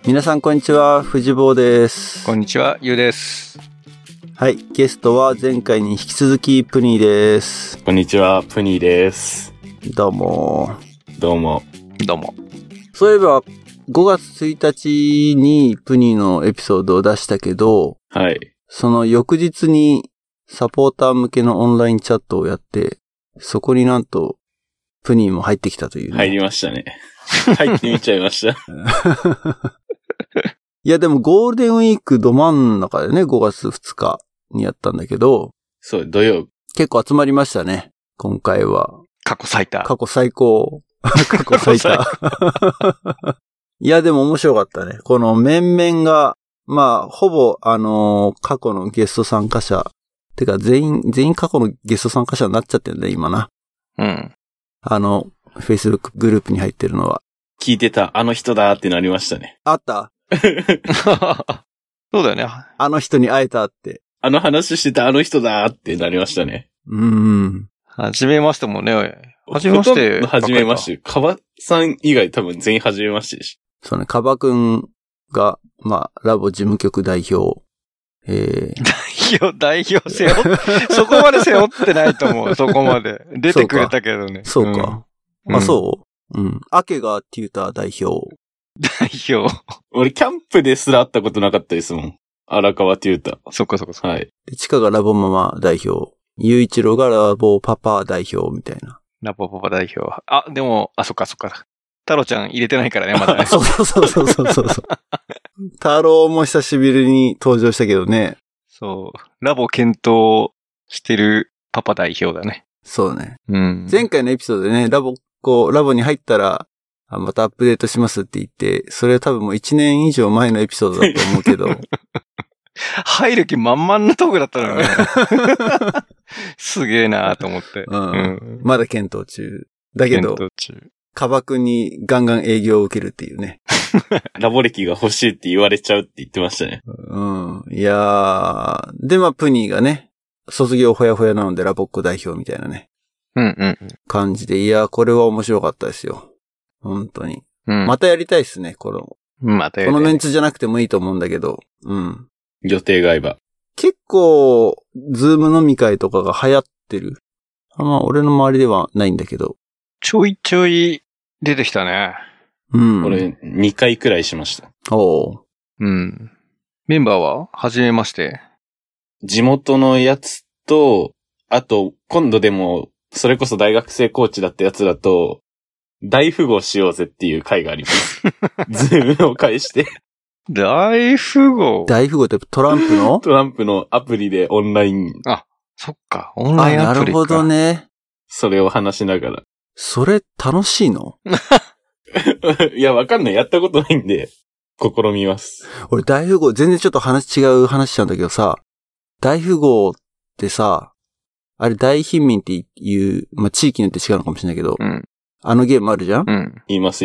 皆さんこんにちは、藤坊です。 こんにちは、ゆうです。 はい、ゲストは前回に引き続きプニーです。 こんにちは、プニーです。 どうも。 どうも。 そういえば5月1日にプニーのエピソードを出したけど、 はい。 その翌日にサポーター向けのオンラインチャットをやって、そこになんとプニーも入ってきたというね。 入りましたね。入ってみちゃいました。 いやでもゴールデンウィークど真ん中でね、5月2日にやったんだけど。 そう、土曜。 結構集まりましたね、今回は。 過去最多。 過去最高。過去最多。いやでも面白かったね。この面々が、まあ、ほぼ過去のゲスト参加者。てか全員過去のゲスト参加者になっちゃってるんだ、今な。 うん。 Facebook グループに入ってるのは。 聞いてた、あの人だってなりましたね。 あったそうだよね。 あの人に会えたって。 あの話してたあの人だってなりましたね。 はじめましてもね。はじめまして。 はじめまして。カバさん以外多分全員はじめましてでし。 そうね、カバくんが、まあ、ラボ事務局代表。 代表背負って、そこまで背負ってないと思う。そこまで。出てくれたけどね。 そうか。あ、そうアケがテューター代表。 代表。 俺、キャンプですら会ったことなかったですもん。荒川テューター。 そっか。 はい。 で、チカがラボママ代表。ゆういちろうがラボパパ代表みたいな。 ラボパパ代表。あ、でも、そっか。太郎ちゃん入れてないからね、まだね。 そう。太郎も久しぶりに登場したけどね。 そう。ラボ検討してるパパ代表だね。 そうね。 うん。 前回のエピソードでね、ラボに入ったら、またアップデートしますって言って、それは多分もう1年以上前のエピソードだと思うけど。 入る気満々なトークだったのよね。すげえなーと思って、 まだ検討中。だけど、カバ君にガンガン営業を受けるっていうね。 ラボ歴が欲しいって言われちゃうって言ってましたね。 いやー。で、まあ、プニーがね、卒業ほやほやなのでラボっ子代表みたいなね。感じで、いやー、これは面白かったですよ。本当に。またやりたいですね、このメンツじゃなくてもいいと思うんだけど。 予定が合えば。 結構、ズーム飲み会とかが流行ってる。まあ、俺の周りではないんだけど。 ちょいちょい出てきたね。 俺、2回くらいしました。 メンバーは初めまして。 地元のやつと、あと、今度でも、それこそ大学生コーチだったやつだと、大富豪しようぜっていう会があります。ズームを介して。 大富豪ってトランプのアプリでオンライン。 あ、そっか。オンラインアプリか。 なるほどね。 それを話しながら。 それ楽しいの？ いや、わかんない。やったことないんで、試みます。 俺大富豪、全然ちょっと違う話しちゃうんだけどさ、大富豪ってさ、あれ大貧民っていう、まあ、地域によって違うのかもしれないけど、あのゲームあるじゃん？ 言います。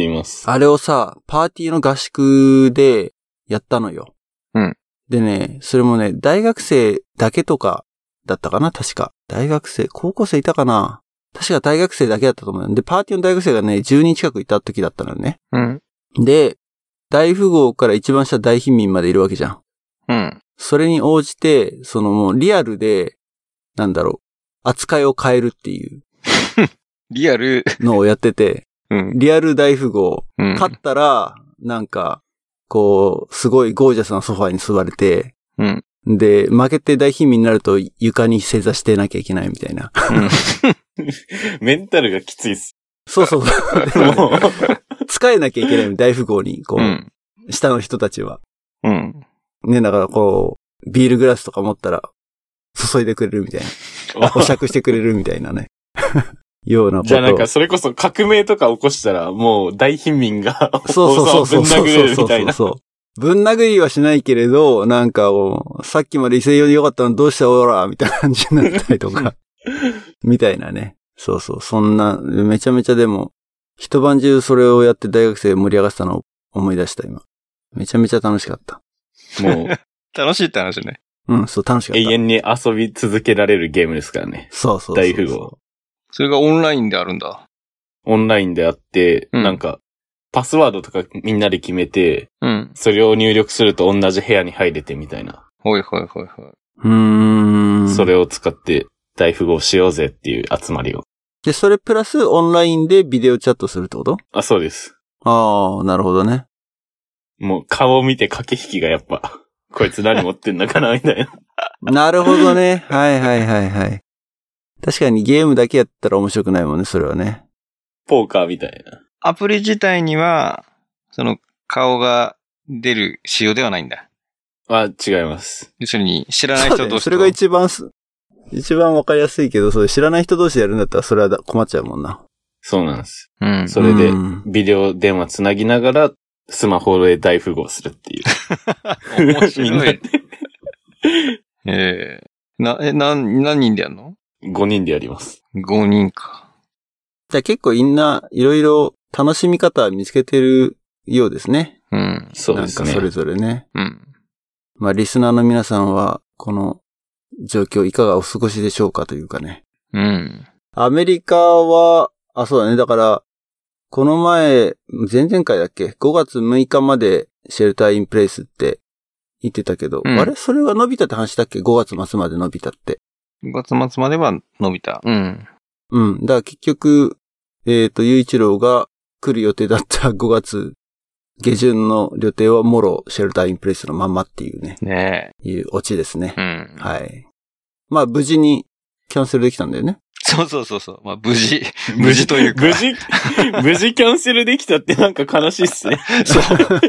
あれをさ、パーティーの合宿でやったのよ。でね、それもね、大学生だけとかだったかな、確か。高校生いたかな？確か大学生だけだったと思うよ。で、パーティーの大学生がね、10人近くいた時だったのよね。で、大富豪から一番下大貧民までいるわけじゃん。それに応じて、もうリアルで、扱いを変えるっていう。 リアルのをやってて、リアル大富豪。勝ったら、すごいゴージャスなソファーに座れて、で、負けて大貧民になると床に正座してなきゃいけないみたいな。 メンタルがきついっす。 そう。でもね、使えなきゃいけない大富豪に、下の人たちは。ね、だからビールグラスとか持ったら、注いでくれるみたいな。保釈してくれるみたいなね。ようなこと。 じゃあそれこそ革命とか起こしたら、もう大貧民が、 そう。 ぶん殴れるみたいな。 ぶん殴りはしないけれど、さっきまで威勢より良かったのどうしたおらみたいな感じになったりとか。みたいなね。そう。そんな、めちゃめちゃでも、一晩中それをやって大学生盛り上がってたのを思い出した今。めちゃめちゃ楽しかった。 もう。 楽しいって話ね。 そう、楽しかった。 永遠に遊び続けられるゲームですからね。 そう。 大富豪。 それがオンラインであるんだ。 オンラインであって、 パスワードとかみんなで決めて、 うん。 それを入力すると同じ部屋に入れてみたいな。 ほいほいほいほい。 それを使って大富豪しようぜっていう集まりを。 で、それプラスオンラインでビデオチャットするってこと？ あ、そうです。 ああ、なるほどね。 もう顔を見て駆け引きがやっぱ、こいつ何持ってんのかなみたいな。 なるほどね。はいはいはいはい。確かにゲームだけやったら面白くないもんね、それはね。 ポーカーみたいな。 アプリ自体には、その顔が出る仕様ではないんだ。 違います。 要するに知らない人同士と。 それが一番わかりやすいけど、それ知らない人同士でやるんだったらそれは困っちゃうもんな。 そうなんです。 うん。 それで、ビデオ電話つなぎながら、スマホで大富豪するっていう。 面白い。何人でやるの？ 5 人でやります。 5人か。 じゃあ結構みんないろいろ楽しみ方見つけてるようですね。 うん。 そうですね。 なんかそれぞれね。 うん。 まあリスナーの皆さんは、この状況いかがお過ごしでしょうかというかね。 うん。 アメリカは、そうだね。だから、この前々回だっけ ?5 月6日までシェルターインプレイスって言ってたけど、あれそれは伸びたって話だっけ ?5 月末まで伸びたって。 5月末までは伸びた。うん。 うん。だから結局、雄一郎が来る予定だった5月下旬の予定はもろシェルターインプレイスのまんまっていうね。 ねえ。いうオチですね。 うん。 はい。まあ無事にキャンセルできたんだよね。 そう。まあ無事というか。 無事キャンセルできたってなんか悲しいっすね。 そう。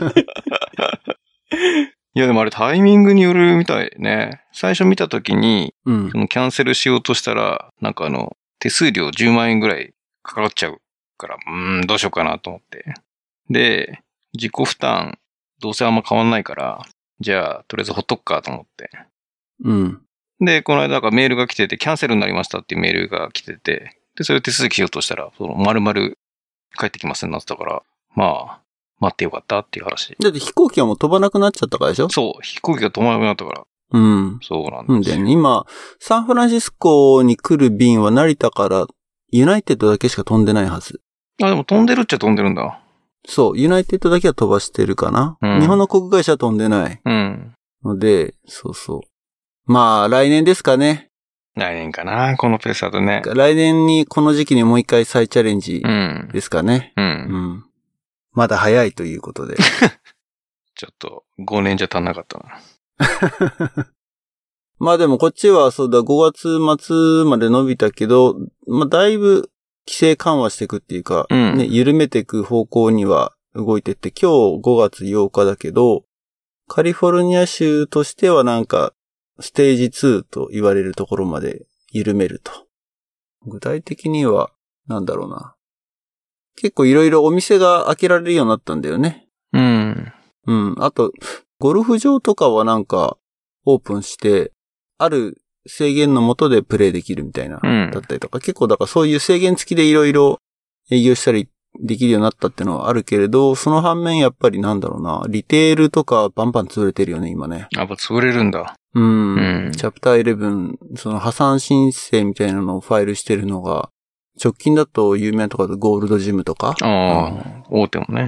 いやでもあれタイミングによるみたいね。最初見たときに、そのキャンセルしようとしたら、なんか手数料10万円ぐらいかかっちゃうから、どうしようかなと思って。で、自己負担、どうせあんま変わんないから、じゃあ、とりあえずほっとくかと思って。 うん。 で、この間なんかメールが来てて、キャンセルになりましたっていうメールが来てて、で、それを手続きしようとしたら、丸々帰ってきませんなってたから、まあ、待ってよかったっていう話。 だって飛行機はもう飛ばなくなっちゃったからでしょ？ そう、飛行機が飛ばなくなったから。 うん。 そうなんですよ。 ね、今、サンフランシスコに来る便は成田からユナイテッドだけしか飛んでないはず。 でも飛んでるっちゃ飛んでるんだ。 そう、ユナイテッドだけは飛ばしてるかな。日本の航空会社は飛んでない。ので、そうそう。まあ、来年ですかね。 来年かな、このペースだとね。 来年にこの時期にもう一回再チャレンジですかね。まだ早いということで。 ちょっと5年じゃ足んなかったな。 まあでもこっちはそうだ5月末まで伸びたけど、まあだいぶ規制緩和していくっていうか、ね、緩めていく方向には動いてって、今日5月8日だけど、カリフォルニア州としてはなんかステージ2と言われるところまで緩めると。具体的にはなんだろうな。結構いろいろお店が開けられるようになったんだよね。あと、ゴルフ場とかはなんかオープンして、ある制限の下でプレイできるみたいな、だったりとか、結構だからそういう制限付きでいろいろ営業したりできるようになったっていうのはあるけれど、その反面やっぱりなんだろうな、リテールとかバンバン潰れてるよね、今ね。 やっぱ潰れるんだ。 チャプター11、その破産申請みたいなのをファイルしてるのが、直近だと有名なところだとゴールドジムとか。 大手もね。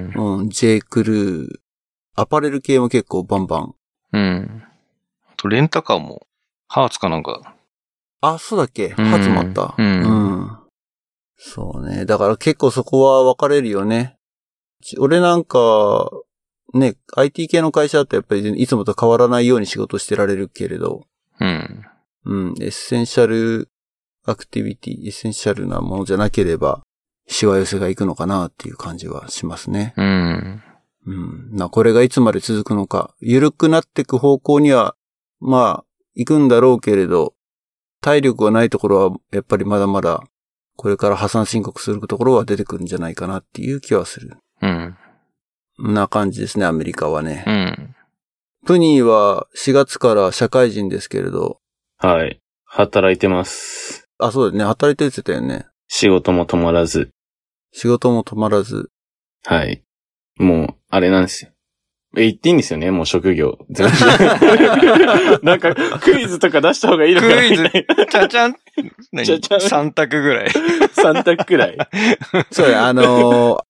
J. クルー。アパレル系も結構バンバン。 あとレンタカーも、ハーツかなんか。 そうだっけ、ハーツもあった。そうね。だから結構そこは分かれるよね。俺なんか、ね、IT 系の会社だとやっぱりいつもと変わらないように仕事してられるけれど。エッセンシャルアクティビティ、エッセンシャルなものじゃなければ、しわ寄せがいくのかなっていう感じはしますね。これがいつまで続くのか、緩くなっていく方向には、まあ、行くんだろうけれど、体力がないところは、やっぱりまだまだ、これから破産申告するところは出てくるんじゃないかなっていう気はする。な感じですね、アメリカはね。プニーは4月から社会人ですけれど。 はい。働いてます。 そうだね。働いてるって言ってたよね。 仕事も止まらず。はい。もう、あれなんですよ。言っていいんですよね、もう職業。全部。なんか、クイズとか出した方がいいのかな。 クイズ、ちゃちゃん。3択ぐらい。 3択ぐらい。 そうや、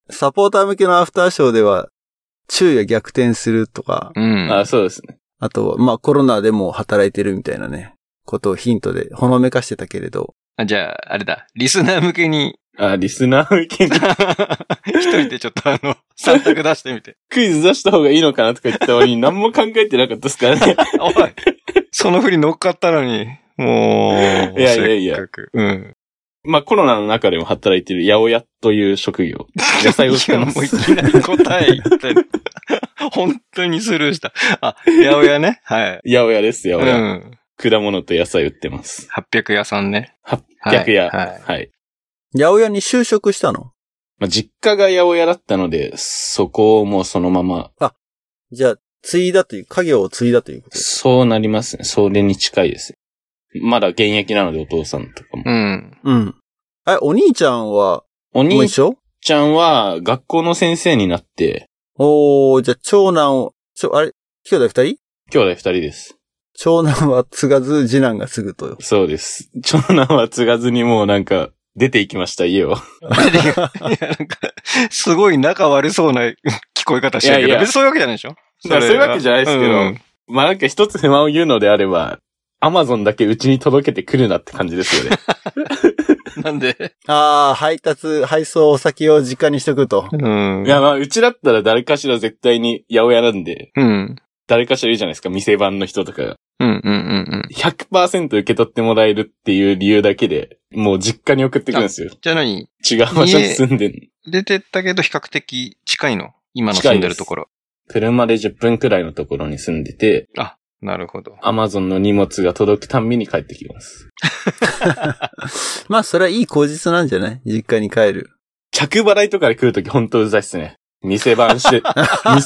サポーター向けのアフターショーでは、昼夜逆転するとか。 うん。あ、そうですね。 あと、まあコロナでも働いてるみたいなね、ことをヒントでほのめかしてたけれど。 じゃあ、あれだ。リスナー向けに。 リスナー向けに。 一人でちょっと3択出してみて。 クイズ出した方がいいのかなとか言ったのに何も考えてなかったですからね。 おい。その振り乗っかったのに。もう。 いや。 うん。 まあコロナの中でも働いてる八百屋という職業。野菜をしてます。 もういきなり答え言って。本当にスルーした。八百屋ね。はい。 八百屋です、八百屋。うん。果物と野菜売ってます。 800屋さんね。 800屋。 はい。 はい。 八百屋に就職したの？ まあ、実家が八百屋だったので、そこをもうそのまま。 じゃあ、家業を継いだということですか？ そうなりますね。それに近いです。まだ現役なのでお父さんとかも。 うん。 うん。お兄ちゃんは、 お兄ちゃんは学校の先生になって。 じゃあ長男を、兄弟2人？兄弟2人です。 長男は継がず、次男が継ぐとよ。 そうです。長男は継がずにもうなんか、出て行きました、家を。 いや、なんか、すごい仲悪そうな聞こえ方してるけど、別にそういうわけじゃないでしょ？ そういうわけじゃないですけど、まあなんか一つ不満を言うのであれば、アマゾンだけうちに届けてくるなって感じですよね。 なんで？ 配送先を実家にしとくと。 いやまあうちだったら誰かしら絶対に八百屋なんで、誰かしらいるじゃないですか、店番の人とかが。100% 受け取ってもらえるっていう理由だけで、もう実家に送ってくるんですよ。 じゃあ何？ 違う場所に住んでんの。 出てったけど比較的近いの？今の住んでるところ。 車で10分くらいのところに住んでて。 なるほど。 アマゾンの荷物が届くたんびに帰ってきます。 まあ、それはいい口実なんじゃない？実家に帰る。 着払いとかで来るときほんとうざいっすね。店番してて、着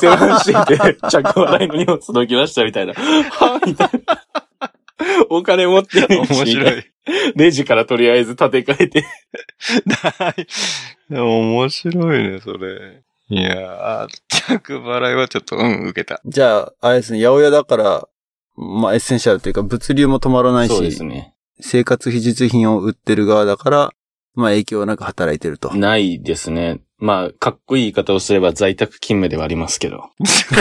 払いの荷物届きましたみたいな。はぁみたいな。お金持ってるし。 面白い。 レジからとりあえず立て替えて。 面白いね、それ。いやー、着払いはちょっと、受けた。 じゃあ、あれですね、八百屋だから、まあ、エッセンシャルというか、物流も止まらないし、 そうですね。 生活必需品を売ってる側だから、まあ、影響なく働いてると。 ないですね。まあ、かっこいい言い方をすれば在宅勤務ではありますけど。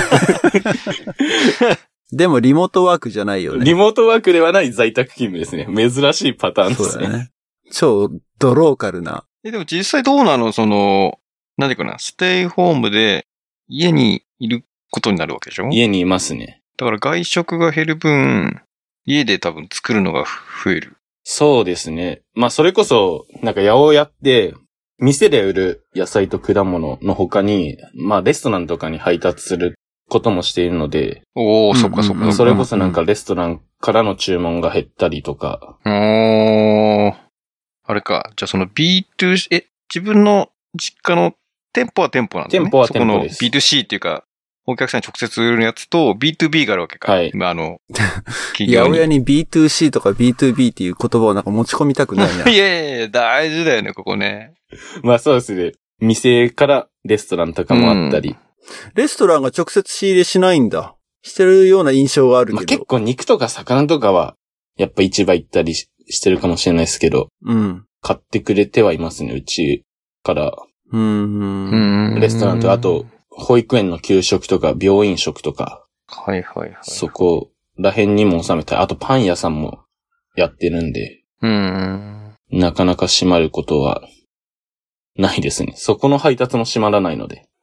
でも、リモートワークじゃないよね。 リモートワークではない在宅勤務ですね。珍しいパターンですね。そうだね。 超ドローカルな。 でも実際どうなの？なんでかな、ステイホームで家にいることになるわけでしょ？ 家にいますね。 だから外食が減る分、家で多分作るのが増える。 そうですね。まあそれこそ、なんか八百屋って、店で売る野菜と果物の他に、まあレストランとかに配達することもしているので。 そっかそっか。 それこそなんかレストランからの注文が減ったりとか。 あれか。じゃあその B2C、自分の実家の店舗は店舗なんだね。 店舗は店舗です。 そこの B2C っていうか、お客さんに直接売るやつと B2B があるわけか。 はい。 企業に。八百屋に B2C とか B2B っていう言葉をなんか持ち込みたくないな。 いやいや、大事だよね、ここね。 まあそうですね。店からレストランとかもあったり。 レストランが直接仕入れしないんだ。してるような印象があるけど。 まあ、結構肉とか魚とかは、やっぱ市場行ったりしてるかもしれないですけど。買ってくれてはいますね、うちから。レストランと、あと、保育園の給食とか、病院食とか。 はいはいはい。 そこら辺にも収めたい。あとパン屋さんもやってるんで。なかなか閉まることはないですね。そこの配達も閉まらないので。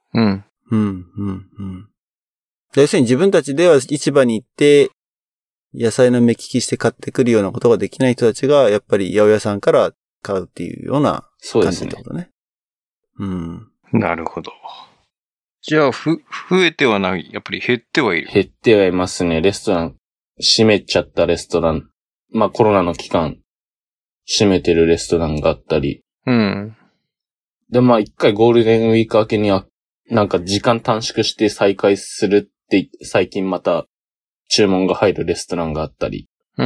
要するに自分たちでは市場に行って、野菜の目利きして買ってくるようなことができない人たちが、やっぱり八百屋さんから買うっていうような感じってことね。 なるほど。じゃあ、増えてはない。やっぱり減ってはいる。 減ってはいますね。レストラン、閉めちゃったレストラン。まあコロナの期間、閉めてるレストランがあったり。で、まあ一回ゴールデンウィーク明けには、なんか時間短縮して再開するって、最近また注文が入るレストランがあったり。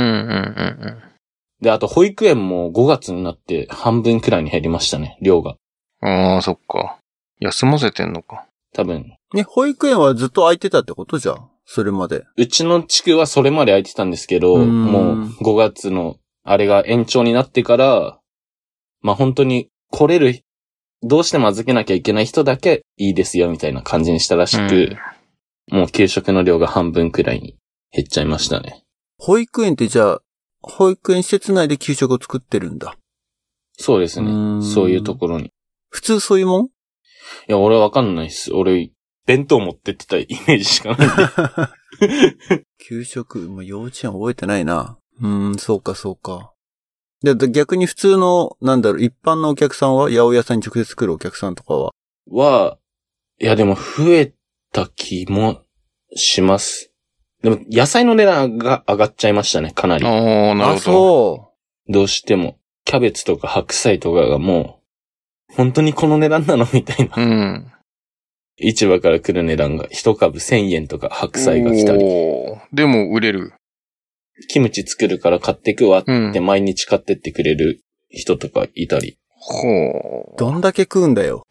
で、あと保育園も5月になって半分くらいに減りましたね、量が。 ああ、そっか。休ませてんのか。 多分。 ね、保育園はずっと空いてたってことじゃん。それまで。 うちの地区はそれまで空いてたんですけど、もう5月のあれが延長になってから、まあ本当に来れるどうしても預けなきゃいけない人だけいいですよみたいな感じにしたらしく、もう給食の量が半分くらいに減っちゃいましたね。 保育園ってじゃあ、保育園施設内で給食を作ってるんだ。 そうですね。そういうところに。 普通そういうもん？いや、俺わかんないっす。俺、弁当持ってってたイメージしかないんで。 給食、もう幼稚園覚えてないな。そうかそうか。で、逆に普通の、一般のお客さんは、八百屋さんに直接来るお客さんとかは、 いやでも増えた気もします。でも野菜の値段が上がっちゃいましたね、かなり。 なるほど。 そう。 どうしても、キャベツとか白菜とかがもう、本当にこの値段なのみたいな。市場から来る値段が一株1000円とか白菜が来たり。 でも売れる。 キムチ作るから買ってくわって毎日買ってってくれる人とかいたり。 どんだけ食うんだよ。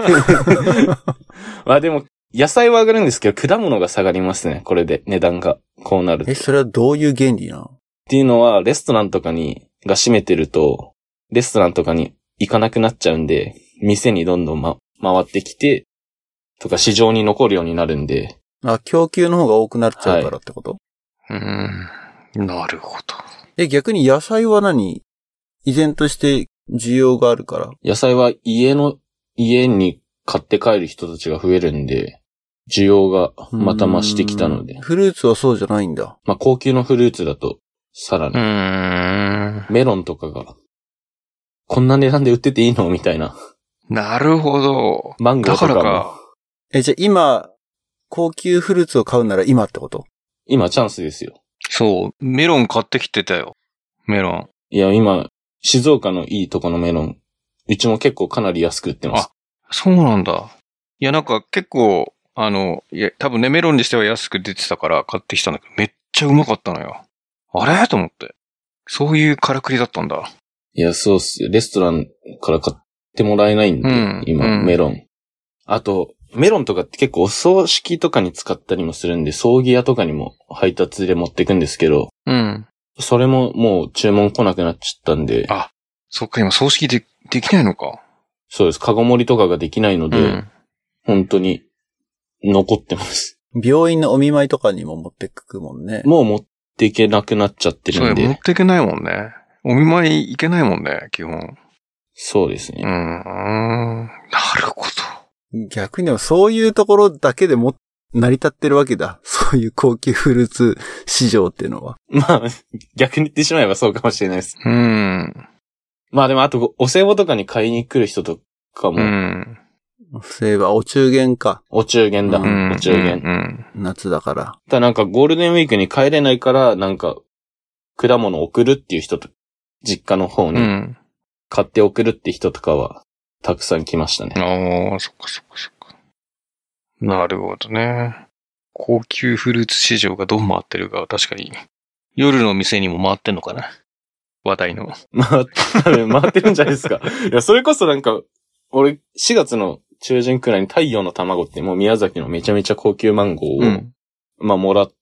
まあでも、野菜は上がるんですけど、果物が下がりますね。これで値段がこうなると。 それはどういう原理なの？ っていうのは、レストランとかが閉めてると、レストランとかに行かなくなっちゃうんで、店にどんどん回ってきて、とか市場に残るようになるんで。 供給の方が多くなっちゃうからってこと？ なるほど。 逆に野菜は依然として需要があるから？ 野菜は家に買って帰る人たちが増えるんで、需要がまた増してきたので。 フルーツはそうじゃないんだ。 高級のフルーツだと、さらに。メロンとかが、こんな値段で売ってていいのみたいな。 なるほど。 マンゴーとかも。だからか。 じゃあ今、高級フルーツを買うなら今ってこと？ 今チャンスですよ。 そう。メロン買ってきてたよ。メロン。 いや、今、静岡のいいとこのメロン、うちも結構かなり安く売ってます。 そうなんだ。いや、結構、多分ね、メロンにしては安く出てたから買ってきたんだけど、めっちゃうまかったのよ。あれと思って。そういうからくりだったんだ。 いや、そうっすよ。レストランから買ってもらえないんで、今、メロン。あと、メロンとかって結構お葬式とかに使ったりもするんで、葬儀屋とかにも配達で持ってくんですけど、それももう注文来なくなっちゃったんで。 そっか、今葬式できないのか。 そうです。カゴ盛りとかができないので、本当に残ってます。 病院のお見舞いとかにも持ってくもんね。 もう持っていけなくなっちゃってるんで。 そう、持っていけないもんね。お見舞い行けないもんね、基本。 そうですね。 なるほど。 逆にでもそういうところだけでも成り立ってるわけだ。そういう高級フルーツ市場っていうのは。 逆に言ってしまえばそうかもしれないです。でもあと、お歳暮とかに買いに来る人とかも。 お歳暮、お中元か。 お中元だ。お中元。 夏だから。 ゴールデンウィークに帰れないから、果物を送るっていう人と、実家の方に買って送るって人とかは、たくさん来ましたね。 そっか。なるほどね。高級フルーツ市場がどう回ってるかは確かに、夜の店にも回ってんのかな。話題の。 回ってるんじゃないですか。いや、それこそ俺、4月の中旬くらいに太陽の卵ってもう宮崎のめちゃめちゃ高級マンゴーを、もらって、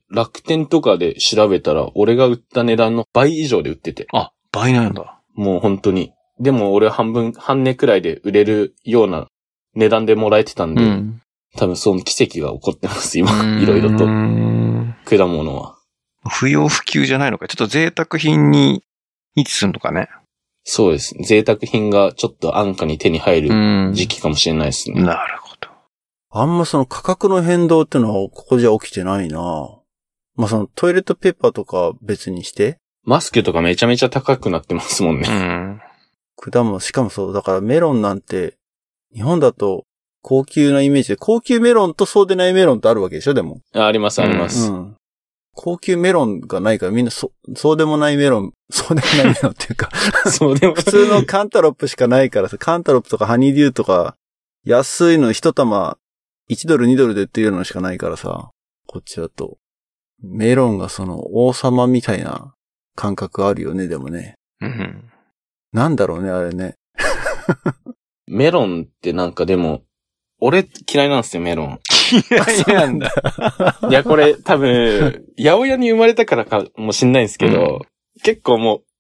楽天とかで調べたら、俺が売った値段の倍以上で売ってて。 倍なんだ。 もう本当に。でも俺は半値くらいで売れるような値段でもらえてたんで、多分その奇跡が起こってます、今。いろいろと。果物は。 不要不急じゃないのか。ちょっと贅沢品に位置するのかね。 そうです。贅沢品がちょっと安価に手に入る時期かもしれないですね。 なるほど。 あんまその価格の変動ってのはここじゃ起きてないな。そのトイレットペーパーとか別にして。 マスクとかめちゃめちゃ高くなってますもんね。 果物、しかもそう、だからメロンなんて、日本だと高級なイメージで、高級メロンとそうでないメロンとあるわけでしょ、でも。 あります、あります。 高級メロンがないからみんなそうでもないメロン、そうでもないメロンっていうか、 そうでも普通のカンタロップしかないからさ、カンタロップとかハニーデューとか、安いの一玉$1、$2で売ってるようなのしかないからさ、こっちだと。メロンがその王様みたいな感覚あるよね、でもね。なんだろうね、あれね。 メロンってでも、俺嫌いなんですよ、メロン。 嫌いなんだ。 いや、これ多分、八百屋に生まれたからかもしんないんですけど、結構もう、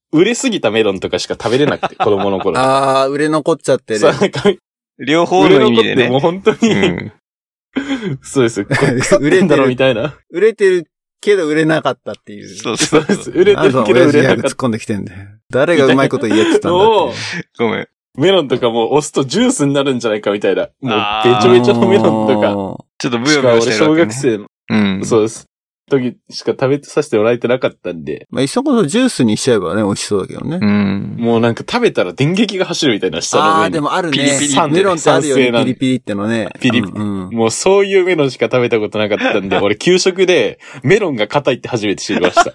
売れすぎたメロンとかしか食べれなくて、子供の頃。 ああ、売れ残っちゃってる。 そう、なんか、 両方の意味でね。 もう本当に、うん、そうです。 売れてるみたいな。 売れてるけど売れなかったっていう。 そうです。売れてるけど売れなかった。 突っ込んできてんだよ。誰がうまいこと言えってたんだって。 ごめん。 メロンとかも押すとジュースになるんじゃないかみたいな。もうべちょべちょのメロンとか。 ちょっとブヨブヨしてる、ね。 小学生の。うん。そうです。時しか食べさせてもらえてなかったんで。 まあ、いっそこそジュースにしちゃえばね、美味しそうだけどね。 うん。もうなんか食べたら電撃が走るみたいな下の上に。 ああ、でもあるね。 ピリピリメロンってあるよね。ピリピリってのね。 ピリピリ。もうそういうメロンしか食べたことなかったんで、俺給食でメロンが硬いって初めて知りました。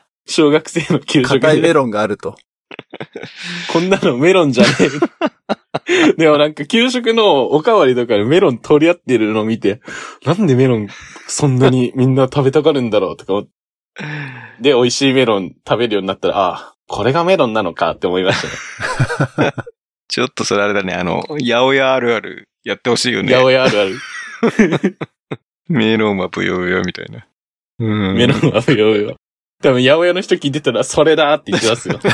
小学生の給食で。 硬いメロンがあると。 こんなのメロンじゃねえ。でもなんか給食のおかわりとかでメロン取り合ってるのを見て、なんでメロンそんなにみんな食べたがるんだろうとか思って。で、美味しいメロン食べるようになったら、ああ、これがメロンなのかって思いましたね。 ちょっとそれあれだね、八百屋あるあるやってほしいよね。 八百屋あるある。 メロンはブヨブヨみたいな。 メロンはブヨブヨ。多分、八百屋の人聞いてたら、それだって言ってますよ。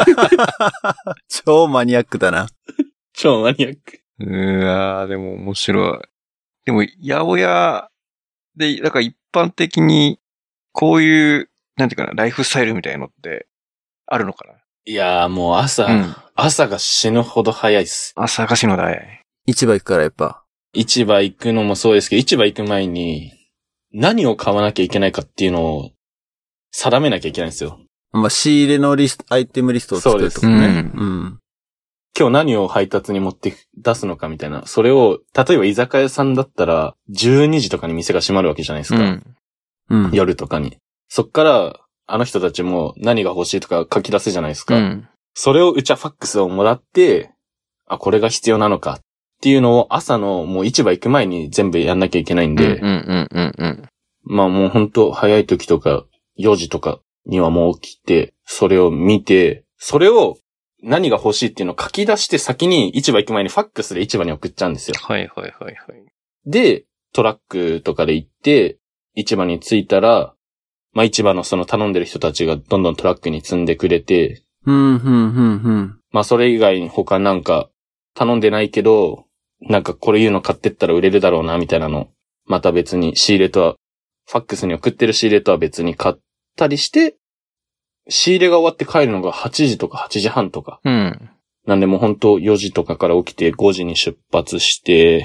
超マニアックだな。 超マニアック。 でも面白い。でも、八百屋で、なんか一般的に、こういう、なんていうかな、ライフスタイルみたいなのって、あるのかな？ いやーもう朝が死ぬほど早いっす。 朝が死ぬほど早い。 市場行くからやっぱ。 市場行くのもそうですけど、市場行く前に、何を買わなきゃいけないかっていうのを、定めなきゃいけないんですよ。 まあ、仕入れのアイテムリストを作るとかね。 うん。今日何を配達に持って出すのかみたいな。それを、例えば居酒屋さんだったら、12時とかに店が閉まるわけじゃないですか。うん。夜とかに。そっから、あの人たちも何が欲しいとか書き出すじゃないですか。うん。それをうちはファックスをもらって、あ、これが必要なのかっていうのを朝のもう市場行く前に全部やんなきゃいけないんで。まあもう本当早い時とか、4時とかにはもう起きて、それを見て、それを何が欲しいっていうのを書き出して先に市場行く前にファックスで市場に送っちゃうんですよ。 はい。 で、トラックとかで行って、市場に着いたら、まあ市場のその頼んでる人たちがどんどんトラックに積んでくれて、まあそれ以外に他なんか頼んでないけど、なんかこれいうの買ってったら売れるだろうなみたいなの、また別に仕入れとは、ファックスに送ってる仕入れとは別に買ったりして、仕入れが終わって帰るのが8時とか8時半とか。うん。なんでもう本当4時とかから起きて5時に出発して、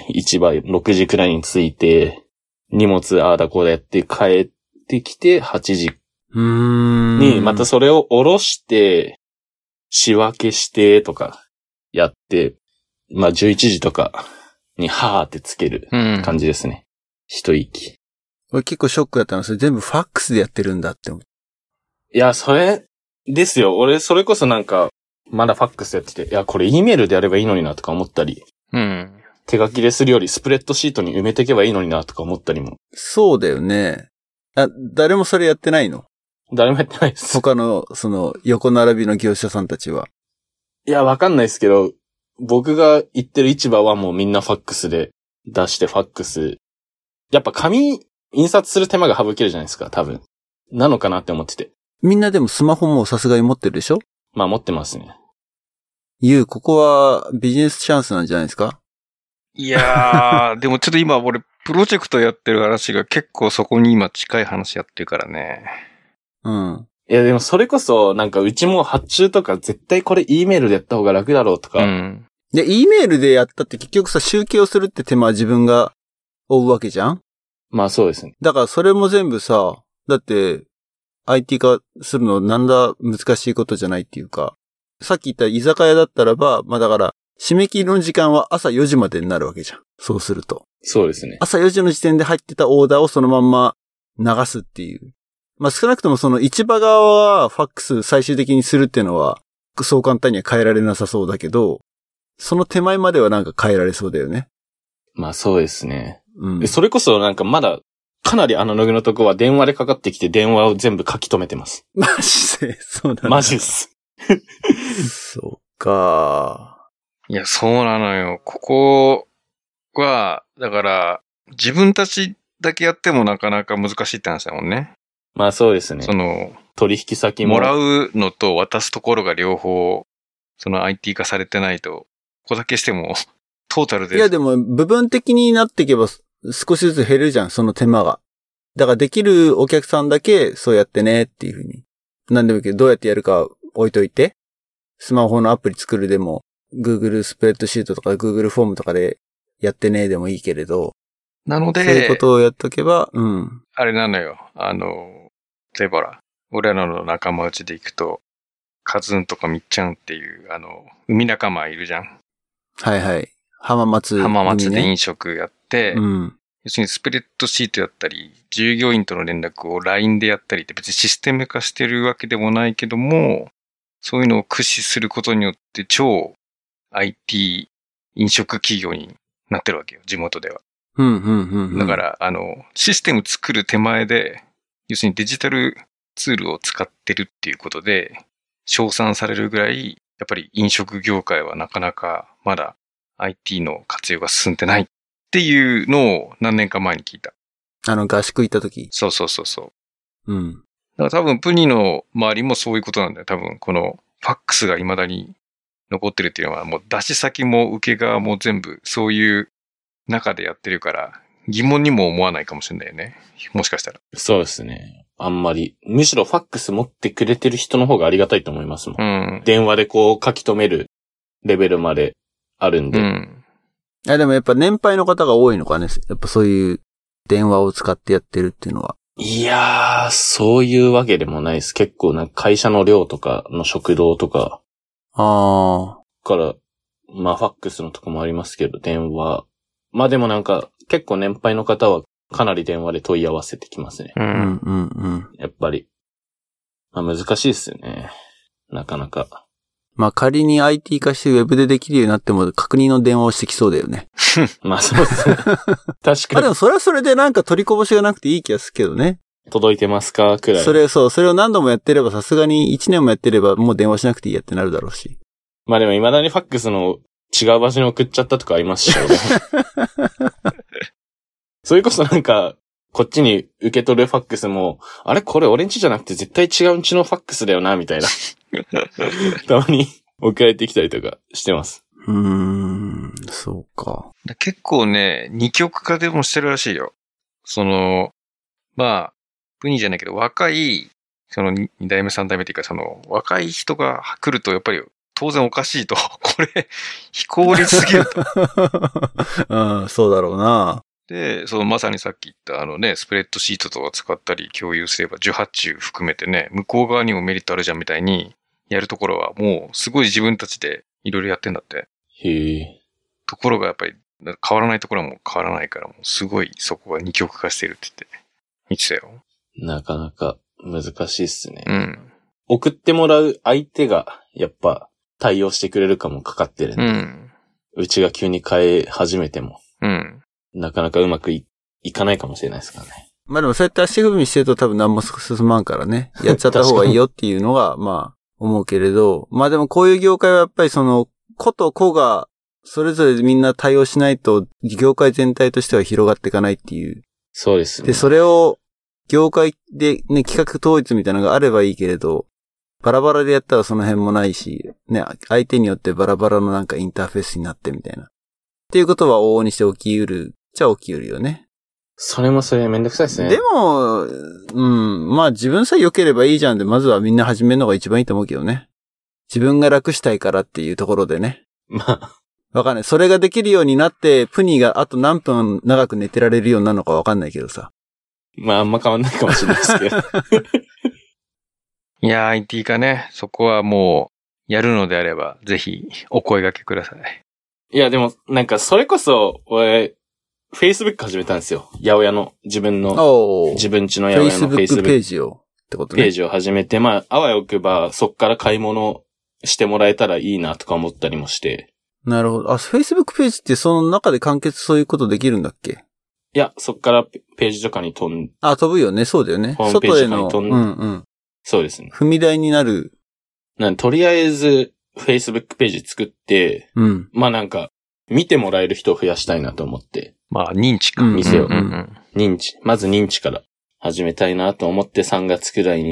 市場6時くらいに着いて、荷物ああだこうだやって帰ってきて8時にまたそれを下ろして、仕分けしてとかやって、まあ11時とかにはーってつける感じですね。一息。 俺結構ショックだったの。それ全部ファックスでやってるんだって思う。 いや、それですよ。俺、それこそなんか、まだファックスやってて、いや、これ E メールでやればいいのになとか思ったり。うん。手書きでするよりスプレッドシートに埋めていけばいいのになとか思ったりも。 そうだよね。誰もそれやってないの？ 誰もやってないです。 他の、横並びの業者さんたちは。 いや、わかんないですけど、僕が行ってる市場はもうみんなファックスで出してファックス。やっぱ紙、印刷する手間が省けるじゃないですか、多分。なのかなって思ってて。 みんなでもスマホもさすがに持ってるでしょ？ まあ持ってますね。 ここはビジネスチャンスなんじゃないですか？ いやー、でもちょっと今俺プロジェクトやってる話が結構そこに今近い話やってるからね。 うん。いやでもそれこそなんかうちも発注とか絶対これ E メールでやった方が楽だろうとか。うん。 で、E メールでやったって結局さ、集計をするって手間は自分が負うわけじゃん？ まあそうですね。 だからそれも全部さ、だって IT 化するのなんだ難しいことじゃないっていうか、さっき言った居酒屋だったらば、まあだから締め切りの時間は朝4時までになるわけじゃん。そうすると。 そうですね。 朝4時の時点で入ってたオーダーをそのまんま流すっていう。まあ少なくともその市場側はファックス最終的にするっていうのはそう簡単には変えられなさそうだけど、その手前まではなんか変えられそうだよね。 まあそうですね。うん。それこそなんかまだかなりアナログのとこは電話でかかってきて電話を全部書き留めてます。 マジでそうなんだ。 マジです。 そうか。 いや、そうなのよ。ここは、だから、自分たちだけやってもなかなか難しいって話だもんね。 まあそうですね。 取引先も。 もらうのと渡すところが両方、その IT 化されてないと、ここだけしても、トータルで。 いやでも、部分的になっていけば少しずつ減るじゃん、その手間が。だからできるお客さんだけそうやってねっていうふうに。なんでもいいけど、どうやってやるか置いといて、スマホのアプリ作るでも、Google スプレッドシートとか Google フォームとかでやってねでもいいけれど。 なので、 そういうことをやっとけば、 あれなのよ。例えばほら、俺らの仲間内で行くと、カズンとかみっちゃんっていう、海仲間いるじゃん。 はいはい。浜松で飲食やって、要するにスプレッドシートやったり、従業員との連絡を LINE でやったりって別にシステム化してるわけでもないけども、そういうのを駆使することによって超 IT 飲食企業になってるわけよ、地元では。だから、システム作る手前で、要するにデジタルツールを使ってるっていうことで、称賛されるぐらい、やっぱり飲食業界はなかなかまだ IT の活用が進んでないっていうのを何年か前に聞いた。 合宿行った時。 そう。だから多分プニの周りもそういうことなんだよ。多分このファックスが未だに残ってるっていうのはもう出し先も受け側も全部そういう中でやってるから疑問にも思わないかもしれないよね。もしかしたら。 そうですね。あんまり。むしろファックス持ってくれてる人の方がありがたいと思いますもん。電話でこう書き留めるレベルまであるんで。 でもやっぱ年配の方が多いのかね。やっぱそういう電話を使ってやってるっていうのは。 いやー、そういうわけでもないです。結構なんか会社の寮とかの食堂とか。から、まあファックスのとこもありますけど、電話。まあでもなんか結構年配の方はかなり電話で問い合わせてきますね。やっぱり。まあ難しいですよね。なかなか。 まあ仮に IT 化してウェブでできるようになっても確認の電話をしてきそうだよね。 まあそうですね。確かに。 でもそれはそれでなんか取りこぼしがなくていい気がするけどね。 届いてますかくらい。 それを何度もやってればさすがに1年もやってればもう電話しなくていいやってなるだろうし。 まあでも未だにファックスの違う場所に送っちゃったとかありますしね。それこそなんか、こっちに受け取るファックスも、あれこれ俺んちじゃなくて絶対違うんちのファックスだよな、みたいな。たまに送られてきたりとかしてます。 そうか。 結構ね、二極化でもしてるらしいよ。まあ、プニじゃないけど、若い、2代目3代目っていうか、若い人が来るとやっぱり当然おかしいと。これ、非効率すぎると。そうだろうな。 で、まさにさっき言ったスプレッドシートとか使ったり共有すれば受発注含めてね、向こう側にもメリットあるじゃんみたいにやるところはもうすごい自分たちでいろいろやってんだって。ところがやっぱり変わらないところはもう変わらないから、もうすごいそこが二極化してるって言ってたよ。 なかなか難しいっすね。送ってもらう相手がやっぱ対応してくれるかもかかってるんで。うちが急に変え始めても。なかなかうまく いかないかもしれないですからね。 まあでもそうやって足踏みしてると多分何も進まんからね。やっちゃった方がいいよっていうのがまあ思うけれど。まあでもこういう業界はやっぱり個と個がそれぞれみんな対応しないと業界全体としては広がっていかないっていう。 そうですね。 で、それを業界でね、企画統一みたいなのがあればいいけれど、バラバラでやったらその辺もないし、ね、相手によってバラバラのなんかインターフェースになってみたいな。っていうことは往々にして起きうる。じゃあ起きうるよね。 それもそれめんどくさいですね。 でも、まあ自分さえ良ければいいじゃんで、まずはみんな始めるのが一番いいと思うけどね。自分が楽したいからっていうところでね。 まあ。 わかんない。それができるようになって、プニーがあと何分長く寝てられるようになるのかわかんないけどさ。 まああんま変わんないかもしれないですけど。 いや、IT 化ね、そこはもう、やるのであれば、ぜひ、お声掛けください。 いや、でも、なんか、それこそ、俺、Facebook 始めたんですよ。八百屋の、自分家の八百屋の Facebook ページを。ってことね。 ページを始めて、まあ、あわよくば、そっから買い物してもらえたらいいなとか思ったりもして。 なるほど。Facebook ページってその中で完結そういうことできるんだっけ？ いや、そっからページとかに飛ん飛ぶよね。そうだよね。 ホームページとかに飛んそうですね。 踏み台になる。 とりあえず、Facebook ページ作って、まあなんか、見てもらえる人を増やしたいなと思って。 まあ、認知か。 店を。認知。まず認知から始めたいなと思って3月くらいに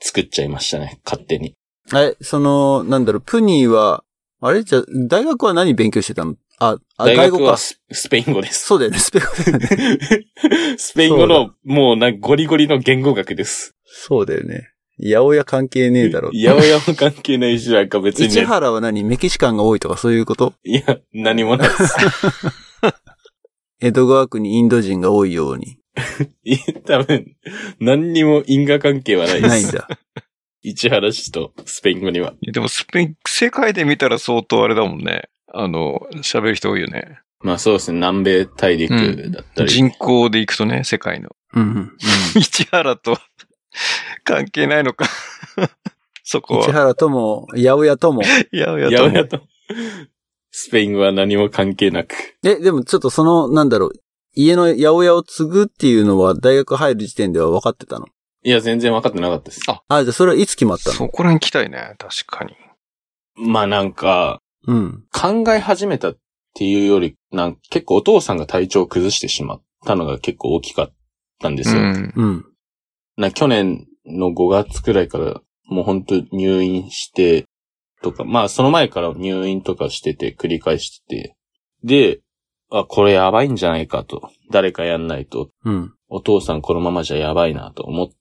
作っちゃいましたね、勝手に。 プニーは、あれじゃあ、大学は何勉強してたの？ 大学はスペイン語です。 そうだよね、スペイン語だよね。 スペイン語の、もうゴリゴリの言語学です。 そうだよね。八百屋関係ねえだろ。 八百屋も関係ないし、なんか別に、ね。 市原は何？メキシカンが多いとかそういうこと？ いや、何もないです。 江戸川区にインド人が多いように。 多分、何にも因果関係はないです。 ないんだ。 市原市とスペイン語には。 でも世界で見たら相当あれだもんね。喋る人多いよね。 まあそうですね、南米大陸だったり。 人口で行くとね、世界の。市原と関係ないのか。そこは。 市原とも、八百屋とも。 八百屋とも。 スペイン語は何も関係なく。 でもちょっと家の八百屋を継ぐっていうのは大学入る時点では分かってたの？ いや、全然分かってなかったです。 じゃあそれはいつ決まったの？ そこら辺聞きたいね、確かに。 まあなんか、考え始めたっていうより、結構お父さんが体調を崩してしまったのが結構大きかったんですよ。去年の5月くらいからもう本当入院してとか、まあその前から入院とかしてて繰り返してて、で、これやばいんじゃないかと。誰かやんないと。お父さんこのままじゃやばいなと思って、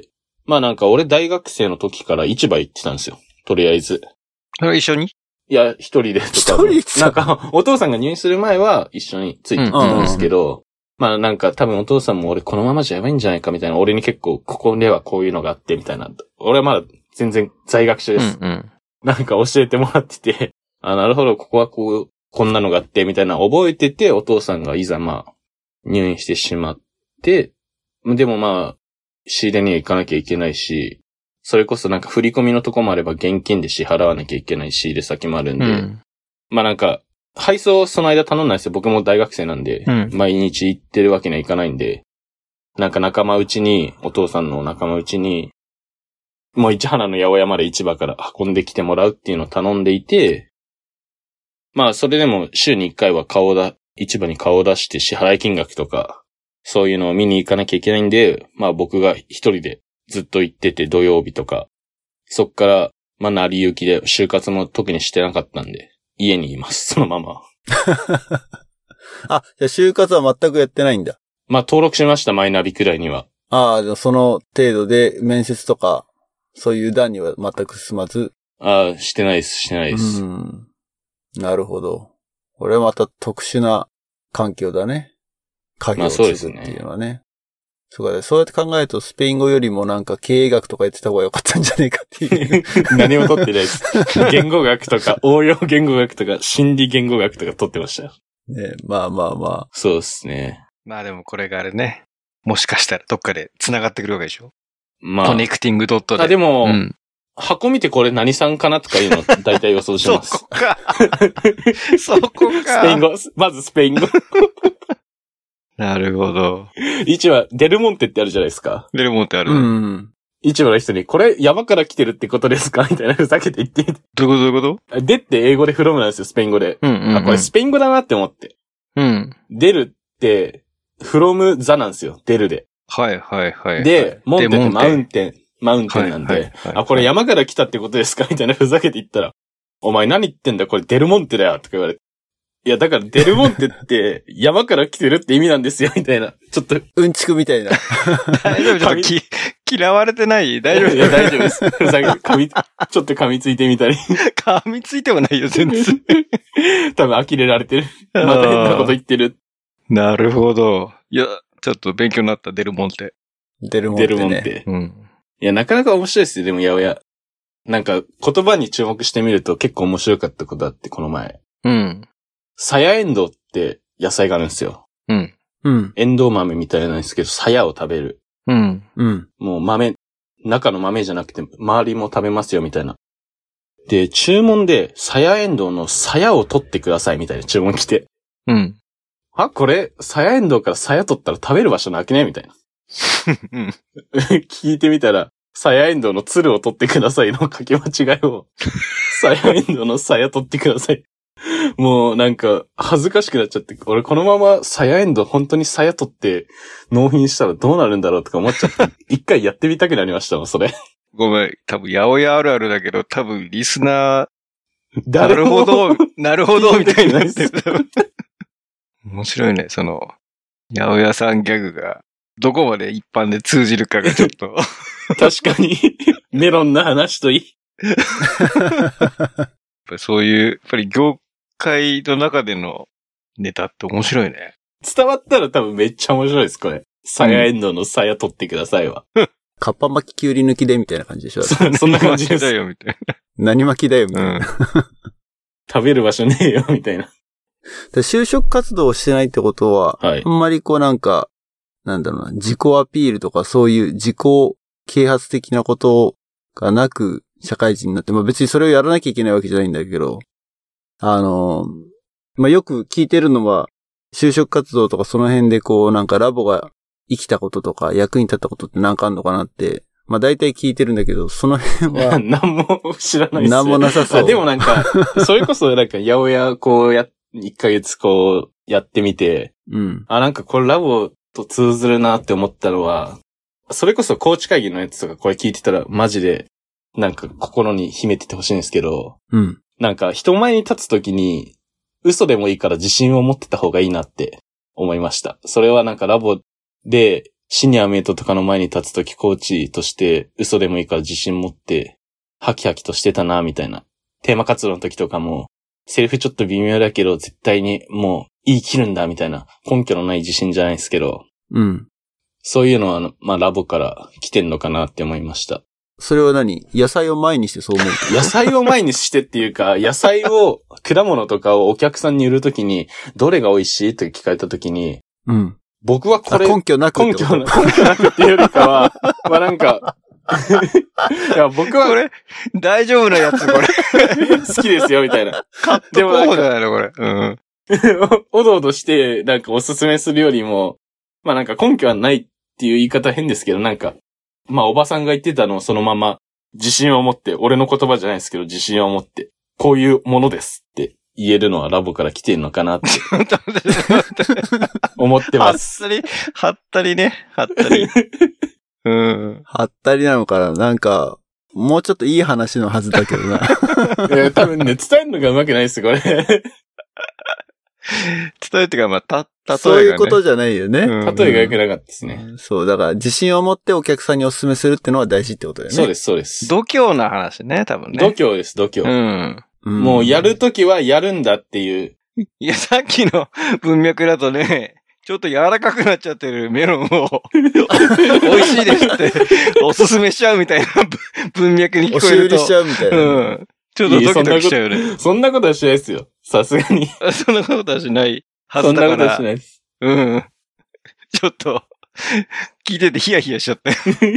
まあ俺大学生の時から市場行ってたんですよ。とりあえず。 一緒に？ いや、一人でとか。お父さんが入院する前は一緒についてたんですけど、まあ多分お父さんも俺このままじゃやばいんじゃないかみたいな、俺に結構ここではこういうのがあってみたいな。俺はまだ全然在学中です。教えてもらってて、なるほど、ここはこんなのがあってみたいな覚えてて、お父さんがいざ入院してしまって、でも仕入れには行かなきゃいけないし、それこそ振り込みのとこもあれば現金で支払わなきゃいけない仕入れ先もあるんで、配送その間頼んないですよ。僕も大学生なんで、毎日行ってるわけにはいかないんで、仲間内に、お父さんの仲間内に、もう市原の八百屋まで市場から運んできてもらうっていうのを頼んでいて、それでも週に1回は市場に顔を出して支払い金額とか、そういうのを見に行かなきゃいけないんで、僕が一人でずっと行ってて土曜日とか、そっから、成り行きで就活も特にしてなかったんで、家にいます、そのまま。 じゃあ就活は全くやってないんだ。 登録しました、マイナビくらいには。 じゃあその程度で面接とか、そういう段には全く進まず。 してないです、 なるほど。これはまた特殊な環境だね。家業を継ぐっていうのはね。そうやって考えるとスペイン語よりも経営学とかやってた方が良かったんじゃないかっていう。 何も取ってないです。言語学とか、応用言語学とか、心理言語学とか取ってましたよ。 ね、 そうですね。 でもこれがあれね。もしかしたらどっかで繋がってくるわけでしょ？コネクティングドットで。 でも、箱見てこれ何さんかなとかいうの大体予想します。 そこか。そこか。 スペイン語。まずスペイン語。 なるほど。 市場、デルモンテってあるじゃないですか。 デルモンテあるね。 市場の人に、これ山から来てるってことですかみたいなふざけて言って。 どういうことでって英語でフロムなんですよ、スペイン語で。これスペイン語だなって思って。デルって、フロムザなんですよ、デルで。で、モンテってマウンテンなんで、これ山から来たってことですかみたいなふざけて言ったら、お前何言ってんだこれデルモンテだよとか言われて。いや、だからデルモンテって山から来てるって意味なんですよ、みたいな。ちょっと。 うんちくみたいな。 大丈夫嫌われてない？大丈夫？ いや、大丈夫です。ちょっと噛みついてみたり。 噛みついてもないよ、全然。 多分呆れられてる。また変なこと言ってる。 なるほど。いや、ちょっと勉強になった、デルモンテ。 デルモンテ。 いや、なかなか面白いですよ、でも、八百屋。言葉に注目してみると結構面白かったことあって、この前。サヤエンドウって野菜があるんですよ。エンドウ豆みたいなんですけど、サヤを食べる。もう中の豆じゃなくて、周りも食べますよ、みたいな。で、注文で、サヤエンドウのサヤを取ってください、みたいな注文来て。これ、サヤエンドウからサヤ取ったら食べる場所なくねみたいな。聞いてみたら、サヤエンドウのツルを取ってくださいの書き間違いを、サヤエンドウのサヤ取ってください。もう恥ずかしくなっちゃって、俺このままサヤエンドウ本当にサヤ取って納品したらどうなるんだろうとか思っちゃって、一回やってみたくなりましたもん、それ。 ごめん。多分、八百屋あるあるだけど、多分、リスナー、なるほど、なるほど、みたいになってる。面白いね、その、八百屋さんギャグが、どこまで一般で通じるかがちょっと。 確かに、メロンの話といい。 やっぱそういう、やっぱり業界の中でのネタって面白いね。 伝わったら多分めっちゃ面白いです、これ。サヤエンドウのサヤ取ってくださいわ。 カッパ巻きキュウリ抜きでみたいな感じでしょ。 そんな感じです。 何巻きだよ、みたいな。 何巻きだよ、みたいな。 食べる場所ねえよ、みたいな。 就職活動をしてないってことは、 はい、 あんまりこうなんか、なんだろうな、自己アピールとかそういう自己啓発的なことがなく社会人になって、まあ別にそれをやらなきゃいけないわけじゃないんだけど、まあよく聞いてるのは、就職活動とかその辺でこうなんかラボが生きたこととか役に立ったことってなんかあんのかなって、まあ大体聞いてるんだけど、その辺は。 何も知らないです。 何もなさそう。 でもなんか、それこそなんか八百屋こう1ヶ月こうやってみて、 うん。 なんかこれラボと通ずるなって思ったのは、それこそコーチ会議のやつとかこれ聞いてたらマジでなんか心に秘めててほしいんですけど、 うん。 なんか人前に立つときに嘘でもいいから自信を持ってた方がいいなって思いました。それはなんかラボでシニアメイトとかの前に立つときコーチとして嘘でもいいから自信持ってハキハキとしてたなみたいな。テーマ活動の時とかもセリフちょっと微妙だけど絶対にもう言い切るんだみたいな根拠のない自信じゃないですけど。 うん。 そういうのはまあラボから来てんのかなって思いました。 それは何？野菜を前にしてそう思う？ 野菜を前にしてっていうか、野菜を、果物とかをお客さんに売るときに、どれが美味しいって聞かれたときに、 うん。 僕はこれ、 根拠なくって根拠なくっていうよりかは、まあなんか、いや僕は、 これ、大丈夫なやつこれ。 好きですよみたいな。 でもそうじゃないのこれ。うん。 おどおどして、なんかおすすめするよりも、まあなんか根拠はないっていう言い方変ですけど、なんか、まあおばさんが言ってたのをそのまま自信を持って、俺の言葉じゃないですけど自信を持って、こういうものですって言えるのはラボから来てるのかなって思ってます。 はったりね。はったり。うん。 はったりなのかな？なんか、もうちょっといい話のはずだけどな。 多分ね、伝えるのがうまくないです、これ。 伝えるっていうか、まあ、例えがね。 そういうことじゃないよね。 例えが良くなかったですね。 そう、だから自信を持ってお客さんにお勧めするってのは大事ってことだよね。 そうです、そうです。 度胸な話ね、多分ね。 度胸です、度胸。もうやるときはやるんだっていう。 いや、さっきの文脈だとね、ちょっと柔らかくなっちゃってるメロンを美味しいですっておすすめしちゃうみたいな文脈に聞こえると。 押し売りしちゃうみたいな。 うん。ちょっとドキドキしちゃうよね。 そんなことはしないですよ。さすがに。 そんなことはしないはずだから。 そんなことはしないです。 うん。ちょっと、聞いててヒヤヒヤしちゃった。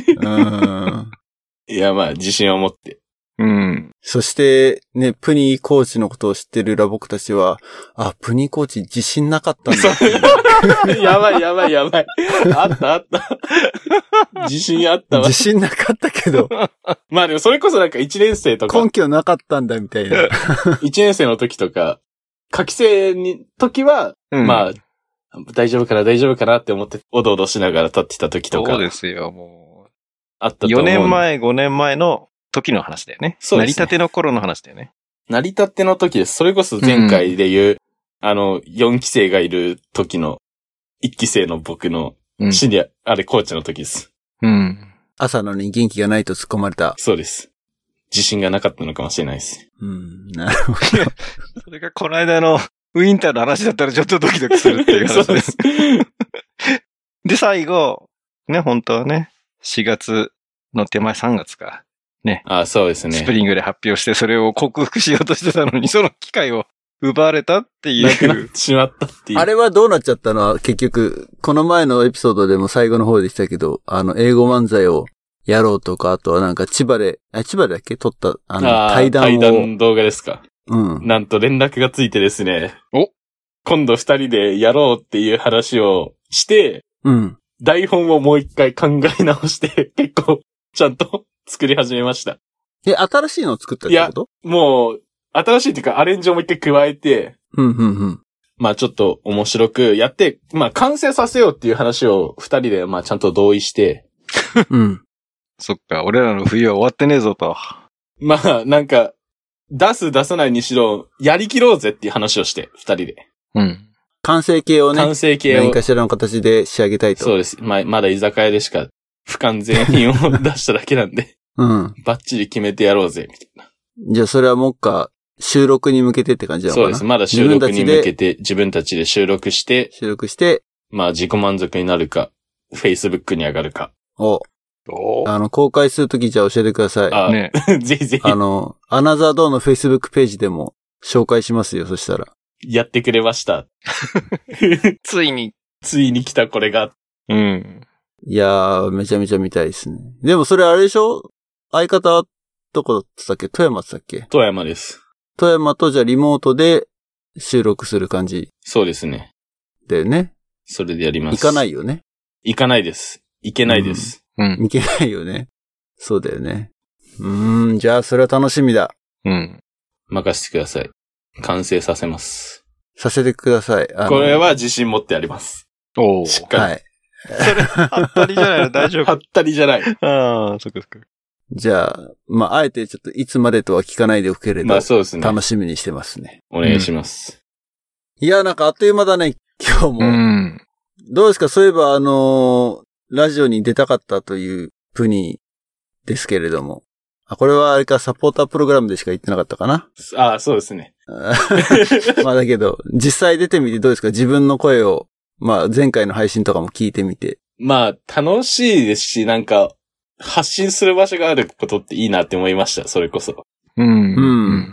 いや、まあ、自信を持って。 うん。 そして、ね、プニーコーチのことを知ってるラボクたちは、プニーコーチ自信なかったんだ。 やばい。あった自信あったわ。 自信なかったけど。 まあでもそれこそなんか1年生とか。 根拠なかったんだみたいな。 1年生の時とか、夏季生に時は、まあ、大丈夫かなって思って、おどおどしながら立ってた時とか。 そうですよ、もう。 あったと思う。4 年前、5年前の時の話だよね。そうですね。成り立ての頃の話だよね。 成り立ての時です。それこそ前回で言う、4期生がいる時の、1期生の僕の、シニア、コーチの時です。 うん。 朝のに元気がないと突っ込まれた。 そうです。自信がなかったのかもしれないです。 なるほど。 それがこの間のウィンターの話だったらちょっとドキドキするっていう話です。で、最後、ね、本当はね、4月の手前3月か。ね。 そうですね。 スプリングで発表してそれを克服しようとしてたのに、その機会を奪われたっていう。 なくなってしまったっていう。 あれはどうなっちゃったのは結局、この前のエピソードでも最後の方でしたけど、英語漫才をやろうとか、あとはなんか千葉でだっけ撮った対談動画ですか。なんと連絡がついてですね。今度2人でやろうっていう話をして、台本をもう一回考え直して、結構ちゃんと作り始めました。 新しいのを作ったってこと？ いや、もう、新しいっていうかアレンジをもう一回加えて、まあちょっと面白くやって、まあ完成させようっていう話を2人でまあちゃんと同意して、 そっか、俺らの冬は終わってねえぞと。 まあ、なんか、出さないにしろ、やりきろうぜっていう話をして、二人で。 うん。 完成形をね。 完成形を。 何かしらの形で仕上げたいと。 そうです。まだ居酒屋でしか不完全品を出しただけなんで。 うん。 バッチリ決めてやろうぜ、みたいな。 じゃあそれはもっか、収録に向けてって感じなのかな？ そうです。まだ収録に向けて、自分たちで収録して、まあ自己満足になるか、Facebook に上がるか。 公開するときじゃあ教えてください。 ね。 ぜひぜひ。 アナザードーの Facebook ページでも紹介しますよ、そしたら。 やってくれました。 ついに来たこれが。 うん。 いやー、めちゃめちゃ見たいですね。でもそれあれでしょ？相方、どこだったっけ？富山だったっけ？ 富山です。 富山とじゃあリモートで収録する感じ。 そうですね。 だよね。 それでやります。 行かないよね。 行かないです。行けないです。 うん。 行けないよね。そうだよね。じゃあそれは楽しみだ。 うん。 任せてください。完成させます。 させてください。 これは自信持ってやります。しっかり。 はい。 それ、はったりじゃないの？大丈夫？ はったりじゃない。 ああ、そっかそっか。 じゃあ、あえてちょっといつまでとは聞かないでおくけれど。 そうですね。 楽しみにしてますね。 お願いします。 いや、なんかあっという間だね、今日も。 うん。 どうですか？そういえばラジオに出たかったというプニーですけれども。これはあれか、サポータープログラムでしか言ってなかったかな？ そうですね。 だけど、実際出てみてどうですか？自分の声を、前回の配信とかも聞いてみて。 楽しいですし、なんか、発信する場所があることっていいなって思いました、それこそ。 うん。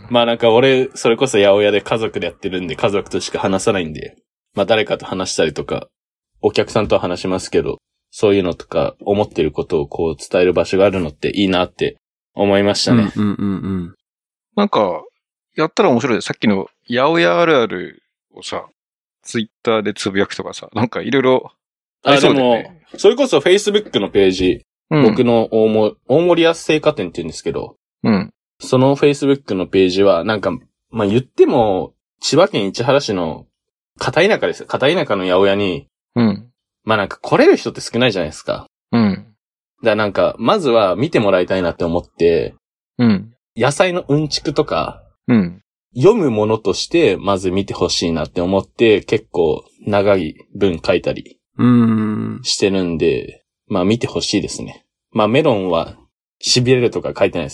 なんか俺、それこそ八百屋で家族でやってるんで、家族としか話さないんで、誰かと話したりとか、お客さんとは話しますけど、そういうのとか、思ってることをこう伝える場所があるのっていいなって思いましたね。 なんか、やったら面白いです。さっきの八百屋あるあるをさ、ツイッターでつぶやくとかさ、なんかいろいろありそうだよね。 でも、それこそ Facebook のページ、僕の大森安製菓店って言うんですけど、その Facebook のページは、なんか、言っても、千葉県市原市の片田舎です。片田舎の八百屋に、なんか来れる人って少ないじゃないですか。だからなんか、まずは見てもらいたいなって思って、野菜のうんちくとか、読むものとしてまず見てほしいなって思って、結構長い文書いたりしてるんで、見てほしいですね。メロンは痺れるとか書いてないです。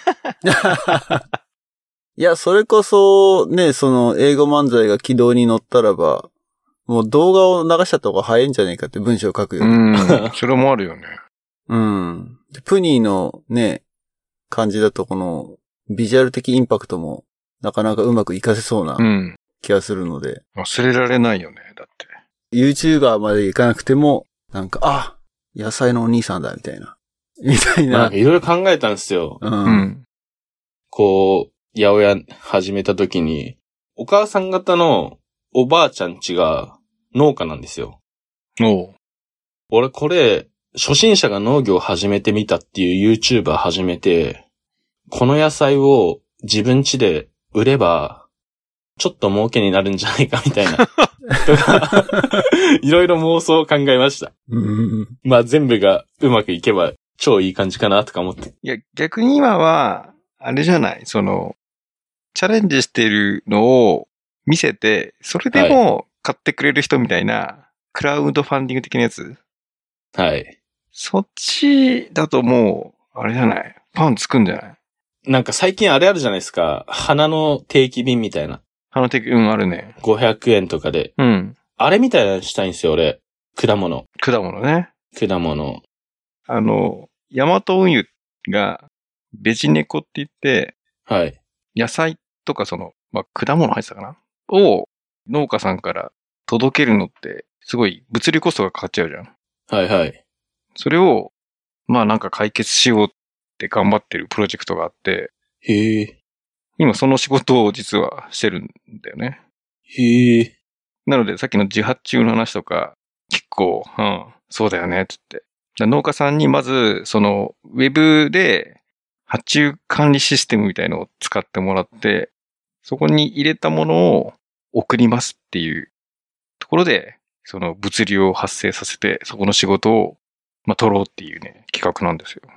いや、それこそね、その英語漫才が軌道に乗ったらば、もう動画を流しちゃった方が早いんじゃないかって文章を書くよね。 それもあるよね。 でプニーのね、感じだとこのビジュアル的インパクトもなかなかうまく活かせそうな気がするので。 忘れられないよね、だって。 YouTuber まで行かなくても、なんか、野菜のお兄さんだ、みたいな。 いろいろ考えたんですよ。こう、八百屋始めた時に、お母さん方のおばあちゃん家が農家なんですよ。俺これ、初心者が農業を始めてみたっていう YouTuber 始めて、この野菜を自分家で売れば、ちょっと儲けになるんじゃないかみたいな。とか、いろいろ妄想を考えました。全部がうまくいけば超いい感じかなとか思って。 いや、逆に今は、あれじゃない？チャレンジしてるのを見せて、それでも買ってくれる人みたいな、クラウドファンディング的なやつ。 はい。 そっちだともう、あれじゃない？パンつくんじゃない？ なんか最近あれあるじゃないですか。花の定期便みたいな。 花の定期、あるね。 500円とかで。あれみたいなのしたいんですよ、俺。果物ね。果物。ヤマト運輸が、ベジネコって言って、 はい。 野菜とか果物入ってたかなを農家さんから届けるのって、すごい物流コストがかかっちゃうじゃん。 はいはい。 それを、なんか解決しようって頑張ってるプロジェクトがあって。 へえ。 今その仕事を実はしてるんだよね。 へえ。 なのでさっきの自発注の話とか、結構、そうだよね、つって。農家さんにまず、ウェブで発注管理システムみたいのを使ってもらって、そこに入れたものを送りますっていうところで、物流を発生させて、そこの仕事を、取ろうっていうね、企画なんですよ。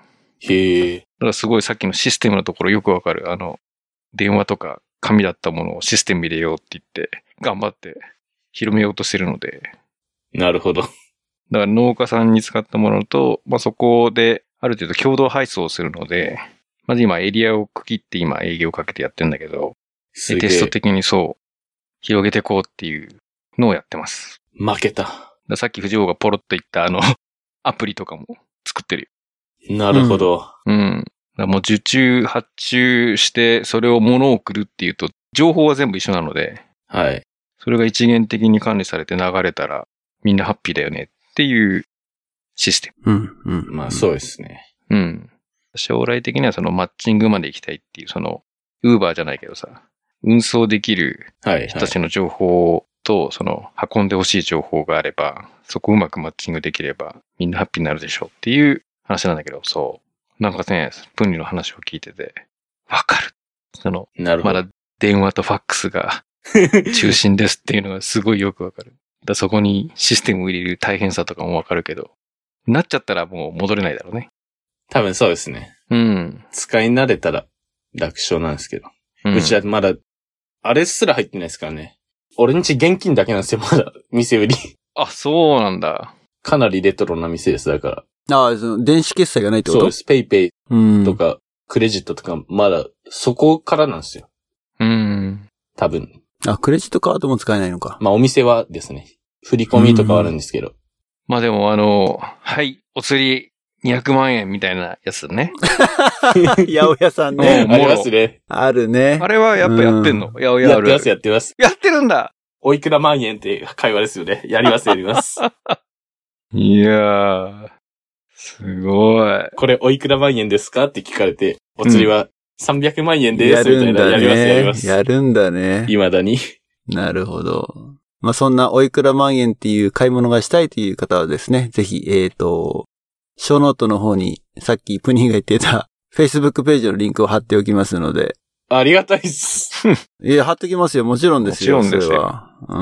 へえ。 だからすごいさっきのシステムのところよくわかる。電話とか紙だったものをシステム入れようって言って、頑張って広めようとしてるので。 なるほど。 だから農家さんに使ったものと、まあ、そこである程度共同配送するので、まず今エリアを区切って今営業かけてやってるんだけど、テスト的にそう、広げていこうっていうのをやってます。 負けた。 さっき藤尾がポロッと言ったアプリとかも作ってるよ。なるほど。 うん。もう受注、発注して、それを物を送るっていうと、情報は全部一緒なので、 はい。 それが一元的に管理されて流れたら、みんなハッピーだよねっていうシステム。うん。まあそうですね。 うん。将来的にはそのマッチングまで行きたいっていう、ウーバーじゃないけどさ、運送できる人たちの情報と、運んでほしい情報があれば、そこをうまくマッチングできれば、みんなハッピーになるでしょうっていう話なんだけど、そう。なんかね、プンリの話を聞いてて、わかる。 なるほど。 まだ電話とファックスが中心ですっていうのがすごいよくわかる。そこにシステムを入れる大変さとかもわかるけど、なっちゃったらもう戻れないだろうね。 多分そうですね。 うん。 使い慣れたら楽勝なんですけど。うちはまだ、あれすら入ってないですからね。俺んち現金だけなんですよ、まだ。店売り。 あ、そうなんだ。 かなりレトロな店です、だから。 ああ、電子決済がないってこと？ そうです。ペイペイとか、クレジットとか、まだ、そこからなんですよ。多分。 あ、クレジットカードも使えないのか。 まあ、お店はですね。振り込みとかはあるんですけど。 まあでもはい、お釣り200万円みたいなやつね。 八百屋さんね。 ありますね。 あるね。 あれはやっぱやってんの？八百屋ある。 やってます。 やってるんだ。 おいくら万円って会話ですよね。やります。 いやー、すごい。 これおいくら万円ですかって聞かれて、お釣りは300万円です、みたいな。やります。 やるんだね。 未だに。 なるほど。まあ、そんなおいくら万円っていう買い物がしたいという方はですね、ぜひ、ショーノートの方にさっきプニーが言ってた Facebook ページのリンクを貼っておきますので。 ありがたいっす。 いや、貼っておきますよ。もちろんですよ。 もちろんですよ。 それは。うん。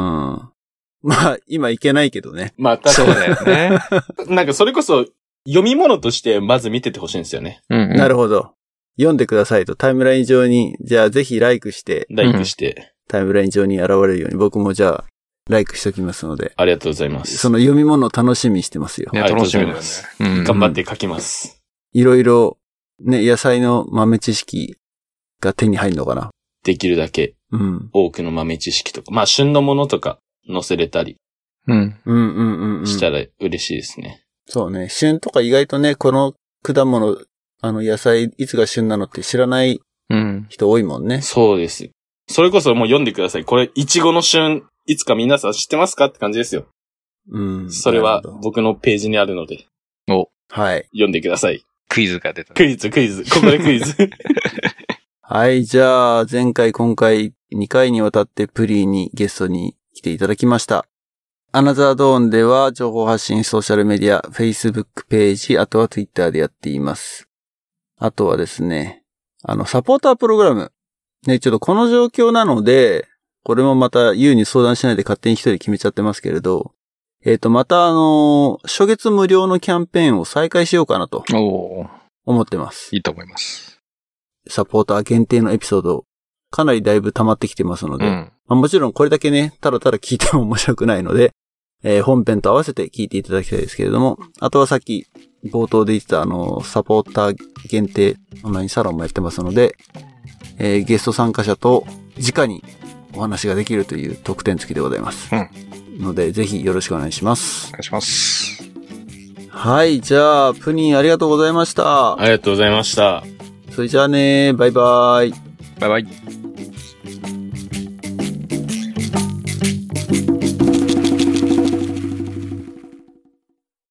まあ、今いけないけどね。 まあ、 そうだよね。 なんかそれこそ、読み物としてまず見ててほしいんですよね。 なるほど。読んでくださいとタイムライン上に、じゃあぜひライクして。タイムライン上に現れるように僕もじゃあ、ライクしときますので。 ありがとうございます。 その読み物を楽しみにしてますよ。 ね、楽しみです。頑張って書きます。 いろいろ、ね、野菜の豆知識が手に入るのかな。 できるだけ。多くの豆知識とか。まあ、旬のものとか載せれたり。したら嬉しいですね。 そうね。旬とか意外とね、この果物、野菜、いつが旬なのって知らない人多いもんね。 そうです。それこそもう読んでください。これ、いちごの旬、いつか皆さん知ってますかって感じですよ。それは僕のページにあるので。 はい。 読んでください。 クイズが出た。 クイズ。ここでクイズ。 はい。じゃあ、前回、今回、2回にわたってプリーにゲストに来ていただきました。アナザードーンでは情報発信ソーシャルメディア、Facebook ページ、あとは Twitter でやっています。あとはですね、サポータープログラム。ね、ちょっとこの状況なので、これもまた YOU に相談しないで勝手に一人で決めちゃってますけれど、また初月無料のキャンペーンを再開しようかなと思ってます。 いいと思います。 サポーター限定のエピソード、かなりだいぶ溜まってきてますので、まあ、もちろんこれだけね、ただただ聞いても面白くないので、本編と合わせて聞いていただきたいですけれども、あとはさっき冒頭で言ってたサポーター限定オンラインサロンもやってますので、ゲスト参加者と直にお話ができるという特典付きでございます。ので、ぜひよろしくお願いします。 お願いします。 はい、じゃあ、プニーありがとうございました。 ありがとうございました。 それじゃあね、バイバイ。 バイバイ。